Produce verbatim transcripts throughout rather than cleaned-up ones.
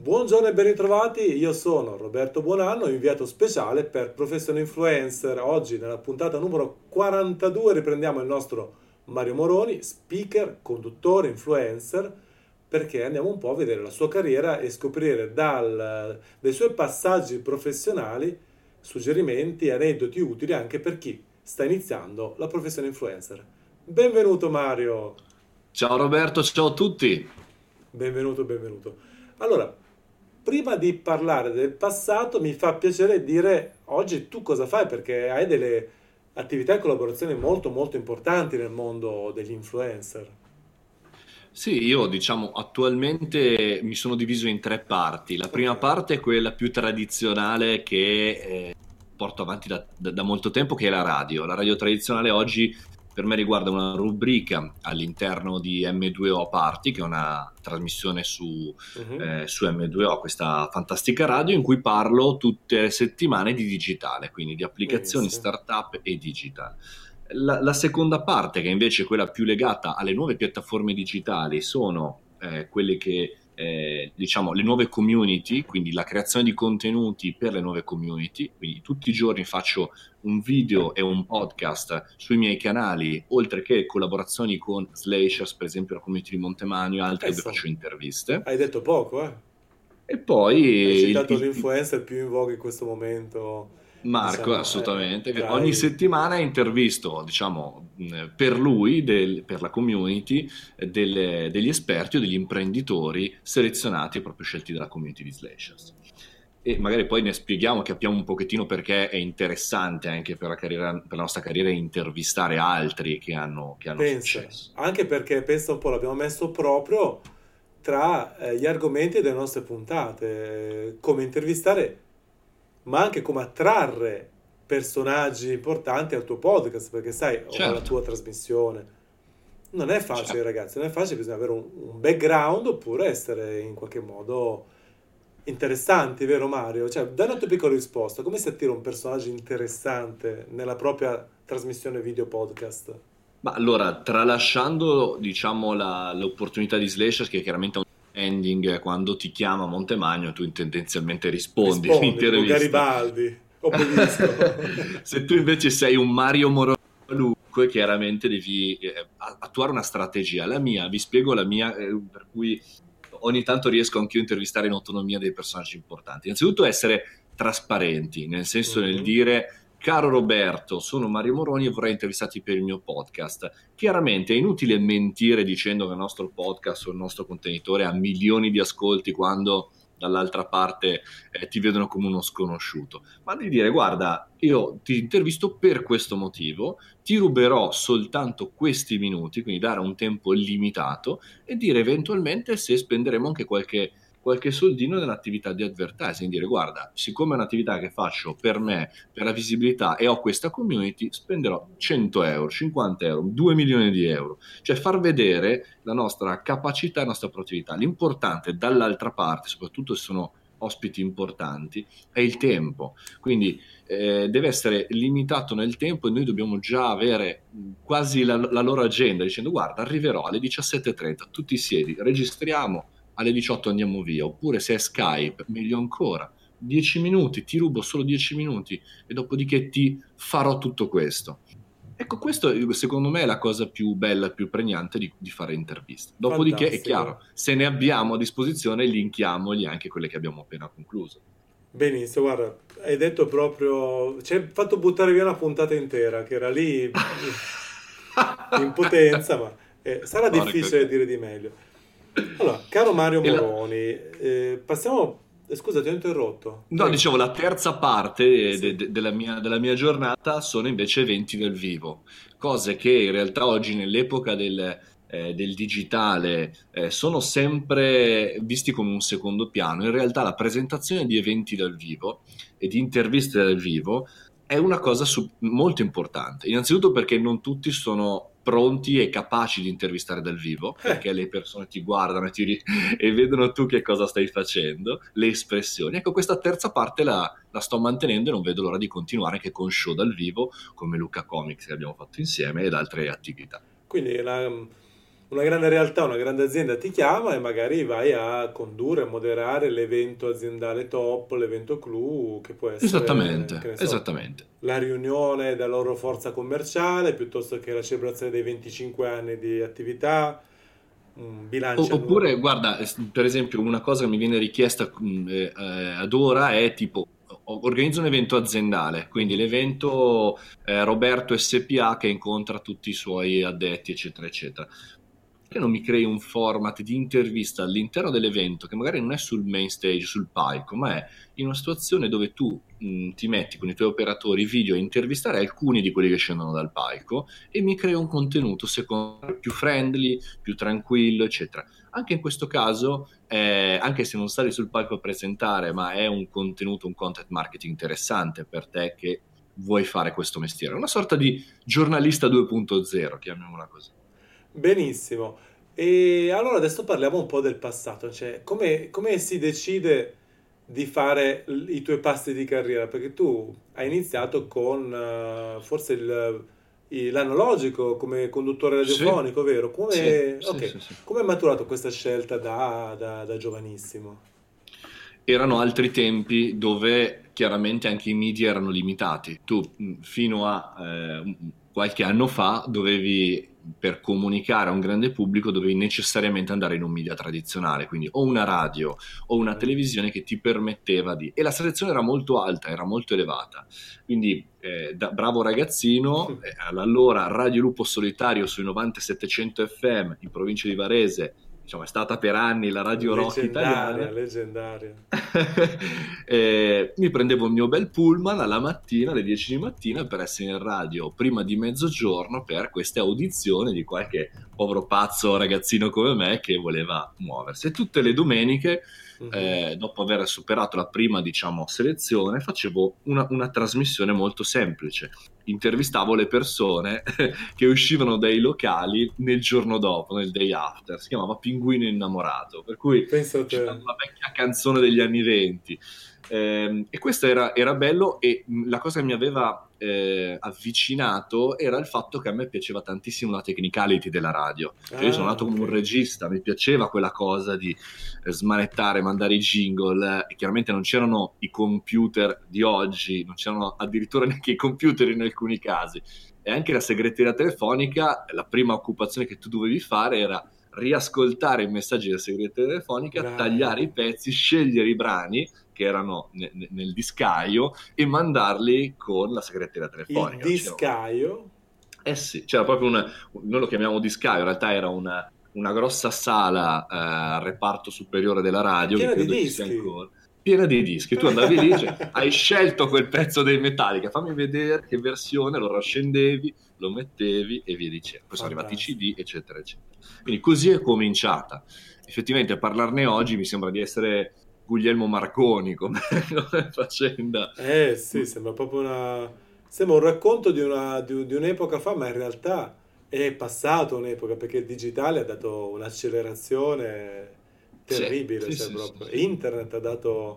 Buongiorno e ben ritrovati, io sono Roberto Buonanno, inviato speciale per Professional Influencer. Oggi nella puntata numero quarantadue riprendiamo il nostro Mario Moroni, speaker, conduttore, influencer, perché andiamo un po' a vedere la sua carriera e scoprire dal- dai suoi passaggi professionali suggerimenti e aneddoti utili anche per chi sta iniziando la professione influencer. Benvenuto Mario! Ciao Roberto, ciao a tutti. Benvenuto, benvenuto. Allora, prima di parlare del passato, mi fa piacere dire oggi tu cosa fai, perché hai delle attività e collaborazioni molto molto importanti nel mondo degli influencer. Sì, io diciamo attualmente mi sono diviso in tre parti. La Ok, prima parte è quella più tradizionale che eh, porto avanti da, da- da molto tempo, che è la radio. La radio tradizionale oggi per me riguarda una rubrica all'interno di M due O Party, che è una trasmissione su, mhm, eh, su M due O, questa fantastica radio in cui parlo tutte le settimane di digitale, quindi di applicazioni, benissimo. startup e digital. La, la seconda parte, che invece è quella più legata alle nuove piattaforme digitali, sono eh, quelle che, eh, diciamo, le nuove community, quindi la creazione di contenuti per le nuove community. Quindi tutti i giorni faccio un video e un podcast sui miei canali, oltre che collaborazioni con Slashers, per esempio la community di Montemagno e Eh, altri dove insomma, faccio interviste. hai detto poco, eh? E poi Hai il, citato il- l'influencer più in voga in questo momento, Marco, diciamo, eh, assolutamente. tra Ogni i... settimana intervisto, diciamo, mh, per lui, del- per la community, eh, delle- degli esperti o degli imprenditori selezionati, proprio scelti dalla community di Slashers. E magari poi ne spieghiamo, capiamo un pochettino perché è interessante anche per la carriera- per la nostra carriera intervistare altri che hanno, che hanno Pensa, successo. anche perché pensa un po', l'abbiamo messo proprio tra eh, gli argomenti delle nostre puntate, eh, come intervistare, ma anche come attrarre personaggi importanti al tuo podcast, perché sai, o alla Certo, tua trasmissione. Non è facile, certo. ragazzi, non è facile, bisogna avere un, un background oppure essere in qualche modo interessanti, vero Mario? Cioè, dai una tua piccola risposta, come si attira un personaggio interessante nella propria trasmissione video podcast? Ma allora, tralasciando, diciamo, la- l'opportunità di Slash, che chiaramente è un ending, quando ti chiama Montemagno, tu tendenzialmente rispondi Rispondi, tipo all'intervista. Garibaldi, ho previsto. Se tu invece sei un Mario Moroluque, chiaramente devi eh, attuare una strategia. La mia, vi spiego la mia, eh, per cui ogni tanto riesco anche io a intervistare in autonomia dei personaggi importanti. Innanzitutto essere trasparenti, nel senso nel Mhm. dire: caro Roberto, sono Mario Moroni e vorrei intervistarti per il mio podcast. Chiaramente è inutile mentire dicendo che il nostro podcast o il nostro contenitore ha milioni di ascolti quando dall'altra parte eh, ti vedono come uno sconosciuto, ma di dire: guarda, io ti intervisto per questo motivo, ti ruberò soltanto questi minuti, quindi dare un tempo limitato e dire eventualmente se spenderemo anche qualche qualche soldino nell'attività di advertising, dire: guarda, siccome è un'attività che faccio per me, per la visibilità e ho questa community, spenderò cento euro, cinquanta euro, due milioni di euro, cioè far vedere la nostra capacità e la nostra produttività. L'importante dall'altra parte, soprattutto se sono ospiti importanti, è il tempo, quindi eh, deve essere limitato nel tempo e noi dobbiamo già avere mh, quasi la, la loro agenda dicendo: guarda, arriverò alle diciassette e trenta, tu ti siedi, registriamo, alle diciotto andiamo via, oppure se è Skype, meglio ancora, dieci minuti, ti rubo solo dieci minuti e dopodiché ti farò tutto questo. Ecco, questo secondo me è la cosa più bella, più pregnante di, di fare interviste. Dopodiché è Fantastico. chiaro, se ne abbiamo a disposizione, linkiamogli anche quelle che abbiamo appena concluso. Benissimo, guarda, hai detto proprio, ci hai fatto buttare via una puntata intera, che era lì in potenza, ma eh, sarà Porca difficile cane. dire di meglio. Allora, caro Mario E la, Moroni, eh, passiamo... eh, Scusa, ti ho interrotto, No, prego. dicevo, la terza parte de- Sì. de- della mia, della mia giornata sono invece eventi dal vivo, cose che in realtà oggi nell'epoca del, eh, del digitale eh, sono sempre visti come un secondo piano. In realtà la presentazione di eventi dal vivo e di interviste dal vivo è una cosa su- molto importante. Innanzitutto perché non tutti sono pronti e capaci di intervistare dal vivo, Eh, perché le persone ti guardano e ti, ri- e vedono tu che cosa stai facendo, le espressioni. Ecco, questa terza parte la, la sto mantenendo e non vedo l'ora di continuare anche con show dal vivo come Luca Comics che abbiamo fatto insieme ed altre attività. quindi la, una grande realtà, una grande azienda ti chiama e magari vai a condurre, a moderare l'evento aziendale top, l'evento clou, che può essere, che Esattamente, ne so, esattamente. la riunione della loro forza commerciale, piuttosto che la celebrazione dei venticinque anni di attività, un O- bilancio Oppure, annuale. guarda, es- per esempio, una cosa che mi viene richiesta mh, eh, eh, ad ora è tipo, o- organizzo un evento aziendale, quindi Mhm. l'evento eh, Roberto S P A che incontra tutti i suoi addetti, eccetera, eccetera. Perché non mi crei un format di intervista all'interno dell'evento che magari non è sul main stage, sul palco, ma è in una situazione dove tu mh, ti metti con i tuoi operatori video a intervistare alcuni di quelli che scendono dal palco e mi creo un contenuto secondo me più friendly, più tranquillo, eccetera. Anche in questo caso, eh, anche se non sali sul palco a presentare, ma è un contenuto, un content marketing interessante per te che vuoi fare questo mestiere. Una sorta di giornalista due punto zero, chiamiamola così. Benissimo. E allora adesso parliamo un po' del passato, cioè come, come si decide di fare l- i tuoi passi di carriera? Perché tu hai iniziato con eh, forse il- il- l'analogico come conduttore Sì, radiofonico, vero? sì, Come, sì, ok, sì, sì. come è maturato questa scelta da, da- da giovanissimo? Erano altri tempi dove chiaramente anche i media erano limitati. Tu mh, fino a eh, qualche anno fa dovevi, per comunicare a un grande pubblico, dovevi necessariamente andare in un media tradizionale, quindi o una radio o una Mm. televisione che ti permetteva di... E la selezione era molto alta, era molto elevata. Quindi eh, da bravo ragazzino, eh, allora Radio Lupo Solitario sui novanta settecento F M in provincia di Varese, diciamo, è stata per anni la radio rock Leggendaria, italiana. leggendaria. Eh, mi prendevo il mio bel pullman alla mattina, alle dieci di mattina, per essere in radio prima di mezzogiorno per queste audizioni di qualche povero pazzo ragazzino come me che voleva muoversi. E tutte le domeniche, Mhm. eh, dopo aver superato la prima, diciamo, selezione, facevo una, una trasmissione molto semplice. Intervistavo le persone che uscivano dai locali nel giorno dopo, nel day after. Si chiamava Pinguino Innamorato, per cui Penso a te. citando una vecchia canzone degli anni venti. Ehm, e questo era, era bello e mh, la cosa che mi aveva eh, avvicinato era il fatto che a me piaceva tantissimo la technicality della radio. Cioè io sono Ah, nato come ok. un regista, mi piaceva quella cosa di eh, smanettare, mandare i jingle eh, e chiaramente non c'erano i computer di oggi, non c'erano addirittura neanche i computer in alcuni casi. E anche la segreteria telefonica, la prima occupazione che tu dovevi fare era riascoltare i messaggi della segreteria telefonica, tagliare Dai. i pezzi, scegliere i brani che erano ne- ne- nel discaio e mandarli con la segreteria Il telefonica. C'era una- discaio? Eh sì, c'era proprio una, noi lo chiamiamo discaio, in realtà era una, una grossa sala eh, al reparto superiore della radio, che Pieno di credo ci sia dischi. ancora, piena di dischi. Tu andavi lì, cioè, hai scelto quel pezzo dei Metallica, fammi vedere che versione, allora scendevi, lo mettevi e via dicendo. Poi sono arrivati i Fantastico. C D, eccetera, eccetera. Quindi così è cominciata. Effettivamente a parlarne oggi mi sembra di essere Guglielmo Marconi come, come faccenda. Eh sì, sembra proprio una... Sembra un racconto di una- di- di un'epoca fa, ma in realtà è passata un'epoca perché il digitale ha dato un'accelerazione Sì, terribile, sì, cioè sì, sì, proprio. sì. Internet ha dato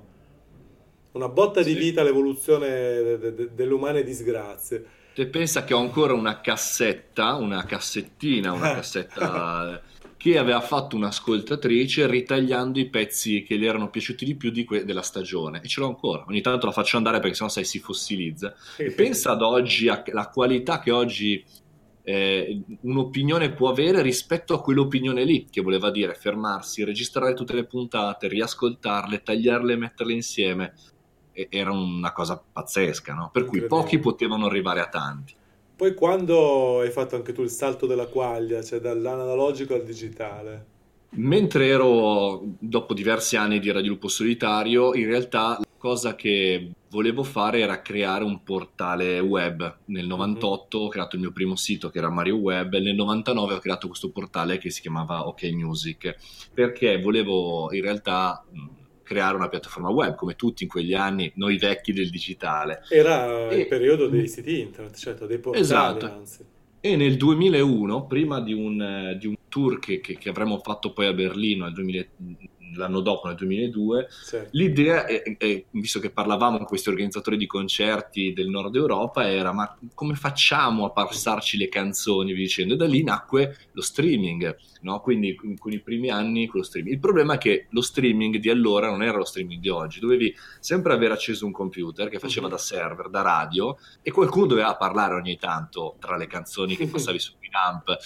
una botta di Sì. vita all'evoluzione de- de- de- delle umane disgrazie. Te pensa che ho ancora una cassetta, una cassettina, una Ah. cassetta che aveva fatto un'ascoltatrice ritagliando i pezzi che le erano piaciuti di più di que- della stagione e ce l'ho ancora. Ogni tanto la faccio andare perché sennò sai si fossilizza. E pensa ad oggi, alla qualità che oggi eh, un'opinione può avere rispetto a quell'opinione lì, che voleva dire fermarsi, registrare tutte le puntate, riascoltarle, tagliarle e metterle insieme. E- era una cosa pazzesca, no? Per cui pochi Incredibile. potevano arrivare a tanti. Poi quando hai fatto anche tu il salto della quaglia, cioè dall'analogico al digitale? Mentre ero, dopo diversi anni di Radio Lupo Solitario, in realtà la cosa che volevo fare era creare un portale web. Nel Mhm. novantotto ho creato il mio primo sito che era Mario Web e nel novantanove ho creato questo portale che si chiamava OK Music, perché volevo in realtà mh, creare una piattaforma web, come tutti in quegli anni, noi vecchi del digitale. Era il E, periodo mh, dei siti internet, certo, dei portali esatto. anzi. E nel duemilauno, prima di un, eh, di un tour che, che- che avremmo fatto poi a Berlino nel duemila l'anno dopo, nel duemiladue. Sì. L'idea, è, è, visto che parlavamo con questi organizzatori di concerti del nord Europa, era ma come facciamo a passarci le canzoni, vi dicendo, e da lì nacque lo streaming, no? Quindi con i primi anni con lo streaming. Il problema è che lo streaming di allora non era lo streaming di oggi, dovevi sempre aver acceso un computer che faceva da server, da radio, e qualcuno doveva parlare ogni tanto tra le canzoni che passavi su Winamp.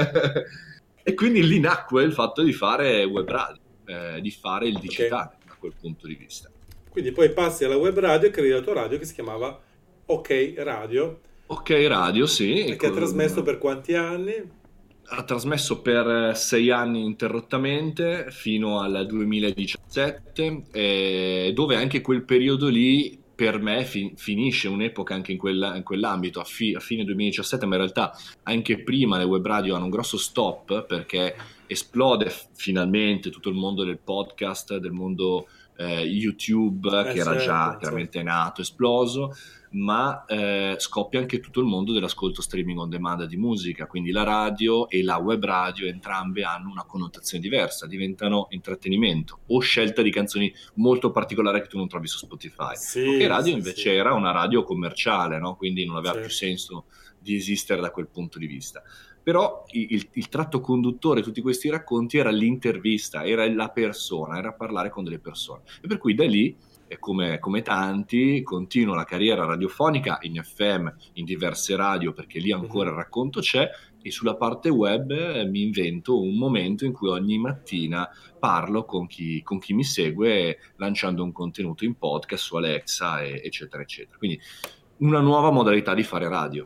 E quindi lì nacque il fatto di fare web radio, eh, di fare il digitale, okay, da quel punto di vista. Quindi poi passi alla web radio e crei la tua radio che si chiamava Ok Radio. Ok Radio, sì. E che ha trasmesso per quanti anni? Ha trasmesso per sei anni ininterrottamente fino al duemiladiciassette, eh, dove anche quel periodo lì per me fi- finisce un'epoca anche in, quella, in quell'ambito, a, fi- a fine duemiladiciassette, ma in realtà anche prima le web radio hanno un grosso stop perché esplode finalmente tutto il mondo del podcast, del mondo eh, YouTube, eh, che era certo, già certo. chiaramente nato, esploso, ma eh, scoppia anche tutto il mondo dell'ascolto streaming on demand di musica, quindi la radio e la web radio entrambe hanno una connotazione diversa, diventano intrattenimento o scelta di canzoni molto particolare che tu non trovi su Spotify. Sì, ok Radio sì, invece sì. era una radio commerciale, no? Quindi non aveva certo. più senso di esistere da quel punto di vista. Però il, il, il tratto conduttore di tutti questi racconti era l'intervista, era la persona, era parlare con delle persone, e per cui da lì, e come, come tanti, continuo la carriera radiofonica in F M, in diverse radio, perché lì ancora mm-hmm. il racconto c'è, e sulla parte web eh, mi invento un momento in cui ogni mattina parlo con chi, con chi mi segue, lanciando un contenuto in podcast su Alexa, e, eccetera, eccetera. Quindi una nuova modalità di fare radio.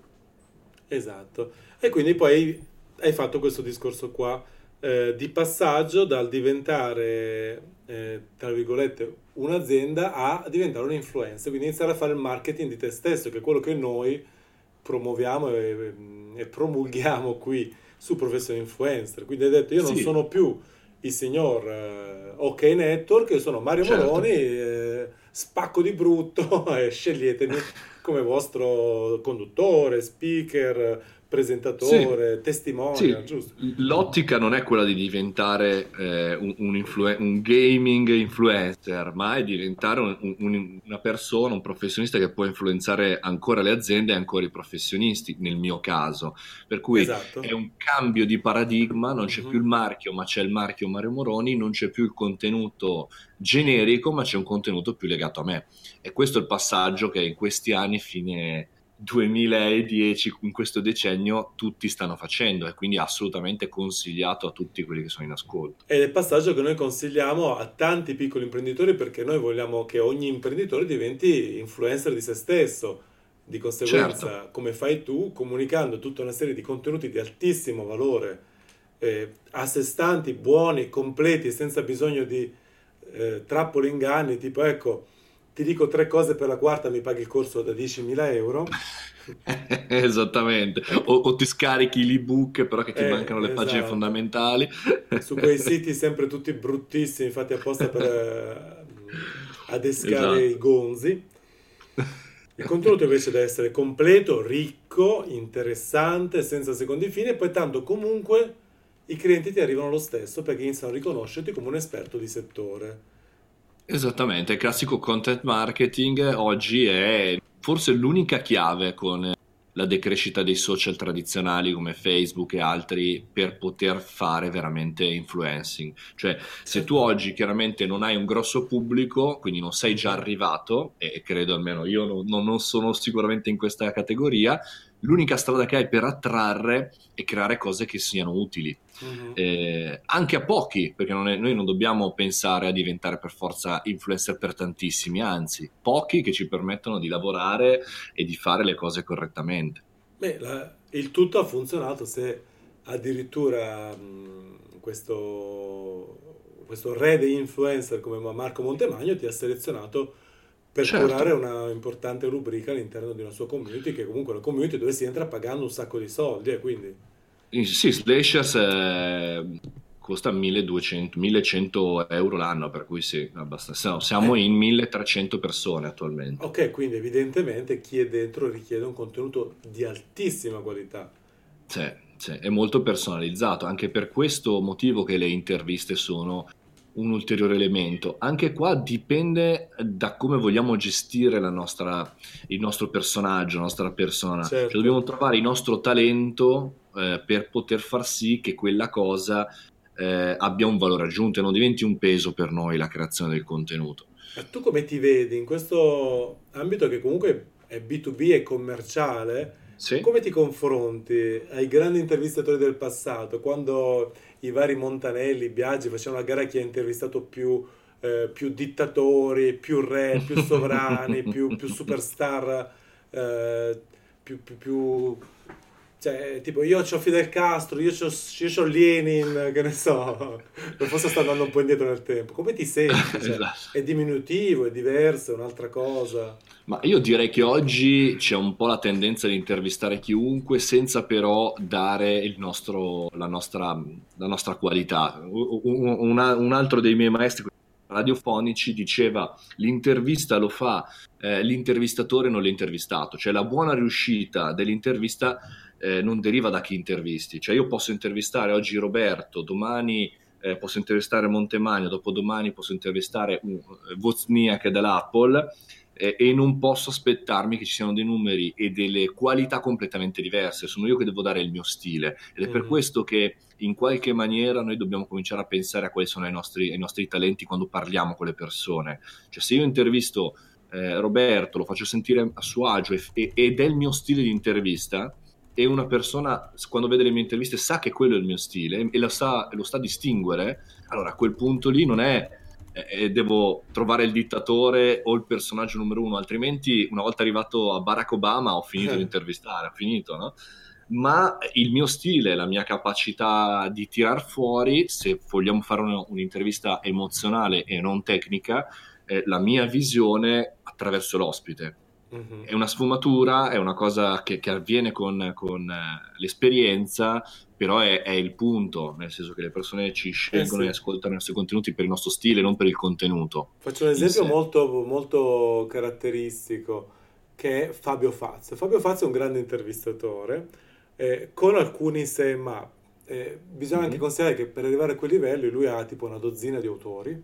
Esatto. E quindi poi hai fatto questo discorso qua eh, di passaggio dal diventare, eh, tra virgolette, un'azienda a diventare un influencer, quindi iniziare a fare il marketing di te stesso, che è quello che noi promuoviamo e, e promulghiamo qui su Professione Influencer. Quindi hai detto, io non sì. sono più il signor eh, OK Network, io sono Mario certo. Moroni, eh, spacco di brutto e sceglietemi come vostro conduttore, speaker, presentatore, sì. testimonial, sì. giusto? L'ottica non è quella di diventare eh, un, un, influ- un gaming influencer, ma è diventare un, un, una persona, un professionista che può influenzare ancora le aziende e ancora i professionisti, nel mio caso. Per cui esatto. è un cambio di paradigma, non c'è uh-huh. più il marchio, ma c'è il marchio Mario Moroni, non c'è più il contenuto generico, ma c'è un contenuto più legato a me. E questo è il passaggio che in questi anni, fine duemiladieci, in questo decennio, tutti stanno facendo, e quindi assolutamente consigliato a tutti quelli che sono in ascolto. Ed è il passaggio che noi consigliamo a tanti piccoli imprenditori, perché noi vogliamo che ogni imprenditore diventi influencer di se stesso. Di conseguenza, certo. come fai tu, comunicando tutta una serie di contenuti di altissimo valore, eh, a sé stanti, buoni, completi, senza bisogno di eh, trappole, inganni, tipo ecco, ti dico tre cose, per la quarta mi paghi il corso da diecimila euro. Esattamente, o, o ti scarichi l'ebook però che ti eh, mancano le esatto. pagine fondamentali su quei siti sempre tutti bruttissimi, fatti apposta per eh, adescare esatto. i gonzi. Il contenuto invece deve essere completo, ricco, interessante, senza secondi fini, e poi tanto comunque i clienti ti arrivano lo stesso, perché iniziano a riconoscerti come un esperto di settore. Esattamente, il classico content marketing oggi è forse l'unica chiave, con la decrescita dei social tradizionali come Facebook e altri, per poter fare veramente influencing. Cioè, se tu oggi chiaramente non hai un grosso pubblico, quindi non sei già arrivato, e credo almeno io non, non sono sicuramente in questa categoria, l'unica strada che hai per attrarre è creare cose che siano utili. Uh-huh. Eh, anche a pochi, perché non è, noi non dobbiamo pensare a diventare per forza influencer per tantissimi, anzi, pochi che ci permettono di lavorare e di fare le cose correttamente. Beh, la, il tutto ha funzionato se addirittura mh, questo, questo re degli influencer come Marco Montemagno ti ha selezionato per certo. curare una importante rubrica all'interno di una sua community, che comunque è una community dove si entra pagando un sacco di soldi, e eh, quindi... Sì, Slashers eh, costa milleduecento millecento euro l'anno, per cui sì, abbastanza. No, siamo eh. in milletrecento persone attualmente. Ok, quindi evidentemente chi è dentro richiede un contenuto di altissima qualità. Sì, sì, è molto personalizzato, anche per questo motivo che le interviste sono un ulteriore elemento. Anche qua dipende da come vogliamo gestire la nostra, il nostro personaggio, la nostra persona. Cioè Certo. dobbiamo trovare il nostro talento eh, per poter far sì che quella cosa eh, abbia un valore aggiunto e non diventi un peso per noi la creazione del contenuto. E tu come ti vedi in questo ambito che comunque è B due B e commerciale? Sì. Come ti confronti ai grandi intervistatori del passato, quando i vari Montanelli, Biagi facevano la gara a chi ha intervistato più, eh, più dittatori, più re, più sovrani, più, più superstar, eh, più, più, più- cioè, tipo io c'ho Fidel Castro, io c'ho, io c'ho Lenin, che ne so, per forse sta andando un po' indietro nel tempo. Come ti senti? Cioè, Esatto. è diminutivo, è diverso, è un'altra cosa. Ma io direi che oggi c'è un po' la tendenza di intervistare chiunque senza però dare il nostro, la nostra, la nostra qualità. Un, un- una- un altro dei miei maestri radiofonici diceva l'intervista lo fa eh, l'intervistatore, non l'intervistato. Cioè la buona riuscita dell'intervista eh, non deriva da chi intervisti. Cioè io posso intervistare oggi Roberto, domani eh, posso intervistare Montemagno, dopodomani posso intervistare un, Wozniak dell'Apple eh, e non posso aspettarmi che ci siano dei numeri e delle qualità completamente diverse. Sono io che devo dare il mio stile ed è per Mhm. questo che in qualche maniera noi dobbiamo cominciare a pensare a quali sono i nostri, i nostri talenti quando parliamo con le persone. Cioè se io intervisto eh, Roberto, lo faccio sentire a suo agio e- e- ed è il mio stile di intervista e una persona quando vede le mie interviste sa che quello è il mio stile e lo sa, lo sta a distinguere, allora a quel punto lì non è eh, devo trovare il dittatore o il personaggio numero uno, altrimenti una volta arrivato a Barack Obama ho finito di intervistare, ho finito, no? Ma il mio stile, la mia capacità di tirar fuori, se vogliamo fare un- un'intervista emozionale e non tecnica, eh, la mia visione attraverso l'ospite. Mhm. È una sfumatura, è una cosa che, che avviene con, con, eh, l'esperienza, però è, è il punto, nel senso che le persone ci Eh scelgono e sì. ascoltano i nostri contenuti per il nostro stile, non per il contenuto Faccio un in esempio sé. molto, molto caratteristico che è Fabio Fazio. Fabio Fazio è un grande intervistatore eh, con alcuni se e ma. Eh, bisogna anche Mhm. considerare che per arrivare a quei livelli lui ha tipo una dozzina di autori,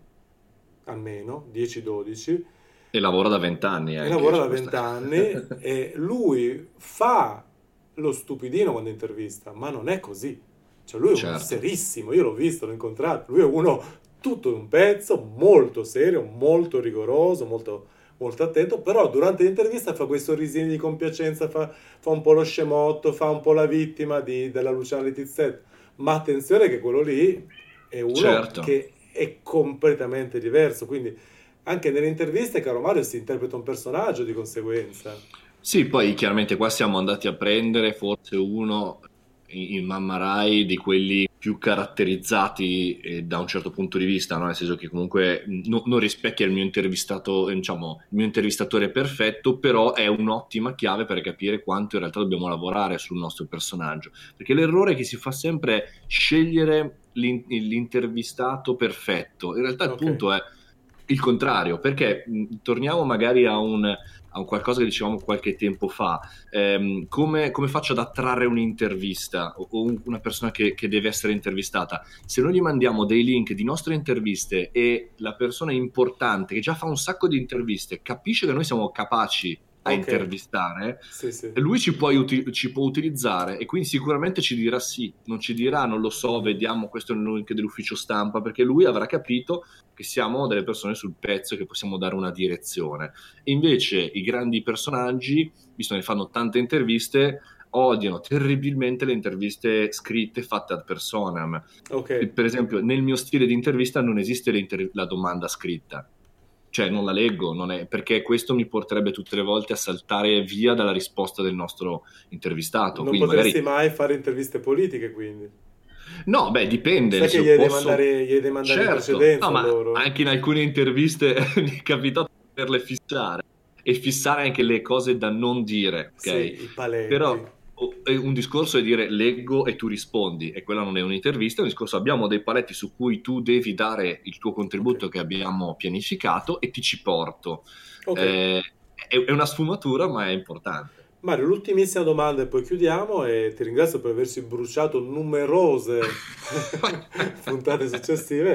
almeno dieci dodici, E lavora da vent'anni e anche lavora su da questa. vent'anni e lui fa lo stupidino quando intervista, ma non è così. Cioè lui è uno Certo, serissimo, io l'ho visto, l'ho incontrato, lui è uno tutto in un pezzo, molto serio, molto rigoroso, molto, molto attento, però durante l'intervista fa quei sorrisini di compiacenza, fa, fa un po' lo scemotto, fa un po' la vittima di- della Luciana Littizzetto, ma attenzione che quello lì è uno certo. che è completamente diverso, quindi anche nelle interviste, caro Mario, si interpreta un personaggio di conseguenza. Sì, poi chiaramente qua siamo andati a prendere forse uno in in Mamma Rai di quelli più caratterizzati eh, da un certo punto di vista, no? Nel senso che comunque mh, no- non rispecchia il mio intervistato, eh, diciamo, il mio intervistatore perfetto, però è un'ottima chiave per capire quanto in realtà dobbiamo lavorare sul nostro personaggio. Perché l'errore che si fa sempre è scegliere l'in- l'intervistato perfetto. In realtà il Ok. punto è il contrario, perché mh, torniamo magari a un, a un qualcosa che dicevamo qualche tempo fa. Ehm, come, come faccio ad attrarre un'intervista o, o un- una persona che, che deve essere intervistata? Se noi gli mandiamo dei link di nostre interviste e la persona importante che già fa un sacco di interviste capisce che noi siamo capaci a Ok, intervistare, sì, sì. lui ci può, uti- ci può utilizzare e quindi sicuramente ci dirà sì, non ci dirà non lo so, Mhm. vediamo questo è il link dell'ufficio stampa, perché lui avrà capito che siamo delle persone sul pezzo e che possiamo dare una direzione. E invece i grandi personaggi, visto che fanno tante interviste, odiano terribilmente le interviste scritte fatte ad personam. Ok, Per esempio, nel mio stile di intervista non esiste l'inter- la domanda scritta, cioè non la leggo, non è- perché questo mi porterebbe tutte le volte a saltare via dalla risposta del nostro intervistato. non Quindi magari potresti mai fare interviste politiche, quindi. no, beh, dipende, Sai nel che gli senso, devi posso. mandare, gli devi mandare in Certo, no, precedenza ma loro? anche in alcune interviste mi è capitato di poterle fissare e fissare anche le cose da non dire, ok? Sì, i paletti. Però o- e un discorso è dire leggo e tu rispondi, e quella non è un'intervista, è un discorso abbiamo dei paletti su cui tu devi dare il tuo Ok, contributo che abbiamo pianificato e ti ci porto. ok. Eh, è, è una sfumatura, ma è importante. Mario, l'ultimissima domanda e poi chiudiamo e ti ringrazio per averci bruciato numerose puntate successive.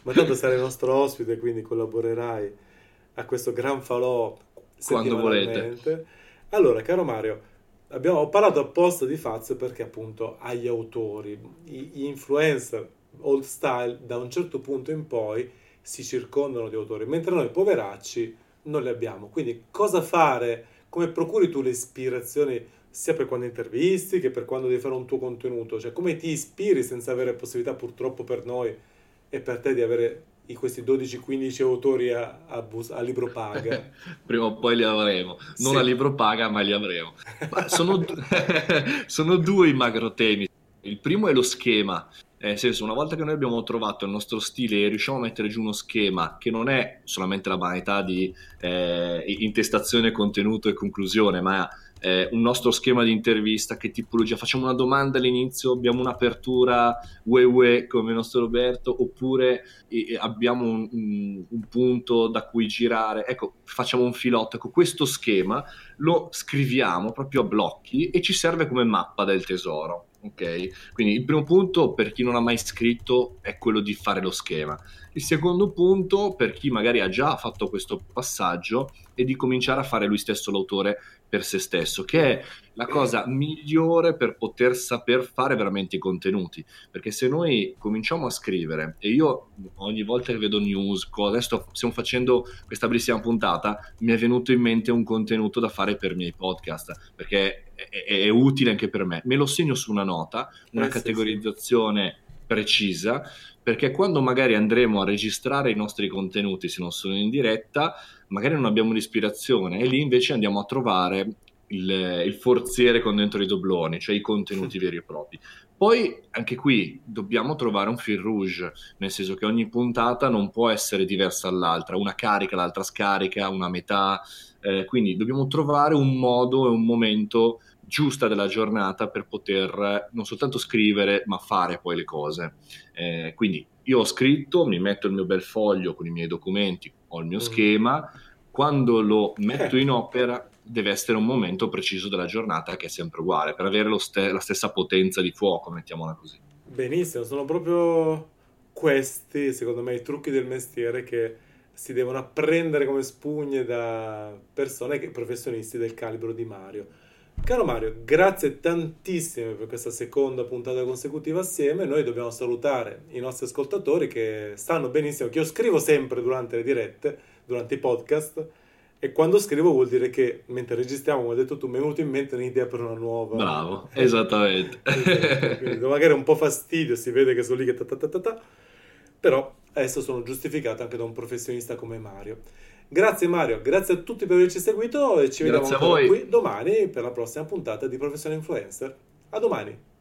Ma tanto sarai il nostro ospite, quindi collaborerai a questo gran falò Quando volete. settimanalmente. Allora, caro Mario, abbiamo ho parlato apposta di Fazio perché appunto agli autori, gli influencer old style, da un certo punto in poi si circondano di autori, mentre noi poveracci non li abbiamo. Quindi cosa fare? Come procuri tu le ispirazioni sia per quando intervisti che per quando devi fare un tuo contenuto? Cioè come ti ispiri senza avere possibilità purtroppo per noi e per te di avere i- questi dodici quindici autori a, a bus- a libro paga? Prima o poi li avremo, non a Sì. libro paga, ma li avremo. Ma sono, du- sono due i macro temi. Il primo è lo schema, eh, nel senso, una volta che noi abbiamo trovato il nostro stile e riusciamo a mettere giù uno schema che non è solamente la banalità di eh, intestazione, contenuto e conclusione, ma eh, un nostro schema di intervista, che tipologia, facciamo una domanda all'inizio, abbiamo un'apertura ue ue come il nostro Roberto, oppure e abbiamo un, un- un punto da cui girare, ecco, facciamo un filotto, ecco, questo schema lo scriviamo proprio a blocchi e ci serve come mappa del tesoro, ok? Quindi il primo punto per chi non ha mai scritto è quello di fare lo schema. Il secondo punto per chi magari ha già fatto questo passaggio è di cominciare a fare lui stesso l'autore per se stesso, che è la cosa migliore per poter saper fare veramente i contenuti. Perché se noi cominciamo a scrivere, e io ogni volta che vedo news, cose, adesso stiamo facendo questa bellissima puntata, mi è venuto in mente un contenuto da fare per i miei podcast, perché è, è- è utile anche per me. Me lo segno su una nota, una Eh sì, sì. categorizzazione precisa, perché quando magari andremo a registrare i nostri contenuti, se non sono in diretta, magari non abbiamo l'ispirazione e lì invece andiamo a trovare il, il forziere con dentro i dobloni, cioè i contenuti veri e propri. Poi anche qui dobbiamo trovare un fil rouge, nel senso che ogni puntata non può essere diversa dall'altra, una carica, l'altra scarica, una metà, eh, quindi dobbiamo trovare un modo e un momento giusta della giornata per poter non soltanto scrivere, ma fare poi le cose. Eh, quindi io ho scritto, mi metto il mio bel foglio con i miei documenti, ho il mio Mhm. schema, quando lo metto Eh, in opera deve essere un momento preciso della giornata che è sempre uguale, per avere lo ste- la stessa potenza di fuoco, mettiamola così. benissimo, sono proprio questi, secondo me, i trucchi del mestiere che si devono apprendere come spugne da persone che, professionisti del calibro di Mario. Caro Mario, grazie tantissime per questa seconda puntata consecutiva assieme. Noi dobbiamo salutare i nostri ascoltatori che sanno benissimo che io scrivo sempre durante le dirette, durante i podcast, e quando scrivo vuol dire che mentre registriamo, come hai detto tu, mi è venuto in mente un'idea per una nuova. Bravo, esattamente. Esatto, quindi do magari un po' fastidio, si vede che sono lì che ta ta ta ta ta, però adesso sono giustificato anche da un professionista come Mario. Grazie Mario, grazie a tutti per averci seguito e ci vediamo Grazie a ancora voi. qui domani per la prossima puntata di Professione Influencer. A domani!